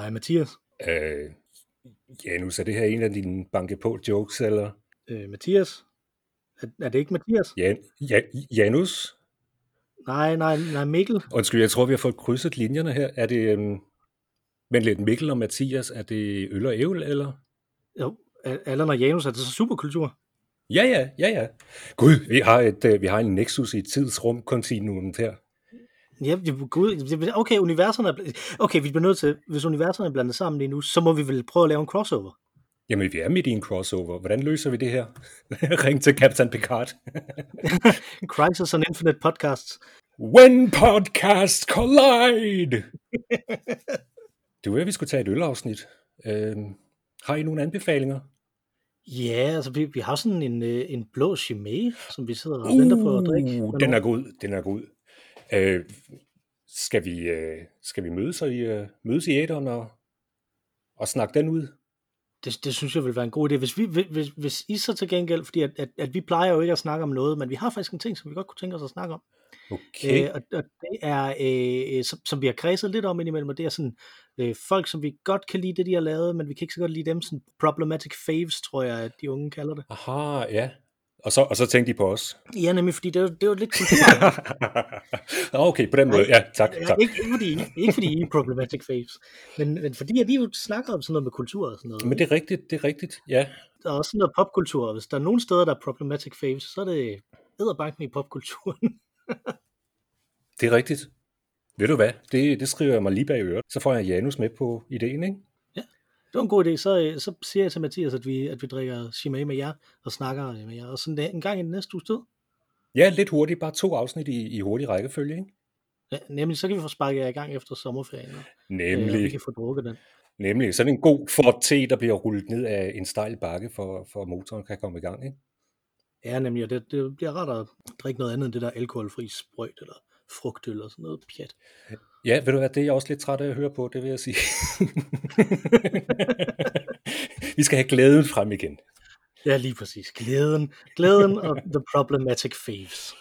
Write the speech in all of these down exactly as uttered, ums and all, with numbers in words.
Hej Mathias. Øh, Janus, er det her en af dine banke på jokes, eller? Øh, Mathias? Er, er det ikke Mathias? Jan, ja, Janus? Nej, nej, nej, Mikkel. Undskyld, jeg tror, vi har fået krydset linjerne her. Er det, øhm, men lidt Mikkel og Mathias, er det øl og ævl, eller? Jo, Allan og Janus, er det så superkultur? Ja, ja, ja, ja. Gud, vi har, et, øh, vi har en nexus i et tidsrum kontinuum her. Ja, gud, okay, universerne er bl- okay, vi bliver nødt til, hvis universerne er blandet sammen lige nu, så må vi vel prøve at lave en crossover. Jamen, vi er midt i en crossover. Hvordan løser vi det her? Ring til Captain Picard. Crisis on Infinite Podcasts. When podcasts collide! Du ved, vi skulle tage et ølafsnit. Øhm, har I nogle anbefalinger? Ja, altså vi, vi har sådan en, en blå Chimay, som vi sidder og Uh, venter på at drikke. den er god, den er god. Øh, skal, vi, øh, skal vi mødes, og, øh, mødes i æderen og, og snakke den ud? Det, det synes jeg vil være en god idé. Hvis, vi, hvis, hvis I så til gengæld, fordi at, at, at vi plejer jo ikke at snakke om noget, men vi har faktisk en ting, som vi godt kunne tænke os at snakke om. Okay. Øh, og, og det er, øh, som, som vi har kredset lidt om indimellem, og det er sådan, øh, folk, som vi godt kan lide det, de har lavet, men vi kan ikke så godt lide dem, sådan problematic faves, tror jeg, at de unge kalder det. Aha, ja. Og så, og så tænkte de på os. Ja, nemlig, fordi det er, det er jo lidt kultur. Okay, på den måde, ja, tak. Ja, tak. ikke, ikke, fordi, ikke fordi I er problematic faves, men, men fordi at de jo snakker om sådan noget med kultur og sådan noget. Men det er rigtigt, det er rigtigt, ja. Der er også sådan noget popkultur, og hvis der er nogle steder, der er problematic faves, så er det edderbanken i popkulturen. Det er rigtigt. Ved du hvad, det, det skriver jeg mig lige bag øret. Så får jeg Janus med på ideen, ikke? Ja, det var en god idé. Så, så siger jeg til Mathias, at vi, at vi drikker Chimay med jer, og snakker med jer, og sådan en gang i den næste uges tid. Ja, lidt hurtigt, bare to afsnit i, i hurtig rækkefølge, ikke? Ja, nemlig, så kan vi få sparket jer i gang efter sommerferien, og, Nemlig. øh, og vi kan få drukket den. Nemlig, sådan en god Ford T, der bliver rullet ned af en stejl bakke, for, for motoren kan komme i gang, ikke? Ja, nemlig, og det, det bliver rart at drikke noget andet end det der alkoholfri sprøjt, eller frugtøl, eller sådan noget pjat. Ja, ved du hvad, det er jeg også lidt træt af at høre på, det vil jeg sige. Vi skal have glæden frem igen. Ja, lige præcis. Glæden, glæden og the problematic faves.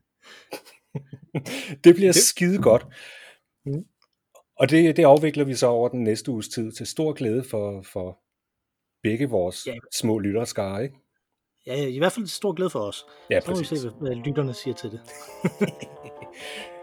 Det bliver skide godt. Mm. Og det, det afvikler vi så over den næste uges tid til stor glæde for, for begge vores Ja. små lytterskare, ikke? Ja, i hvert fald stor glæde for os. Ja, så må vi præcis. se, hvad lytterne siger til det.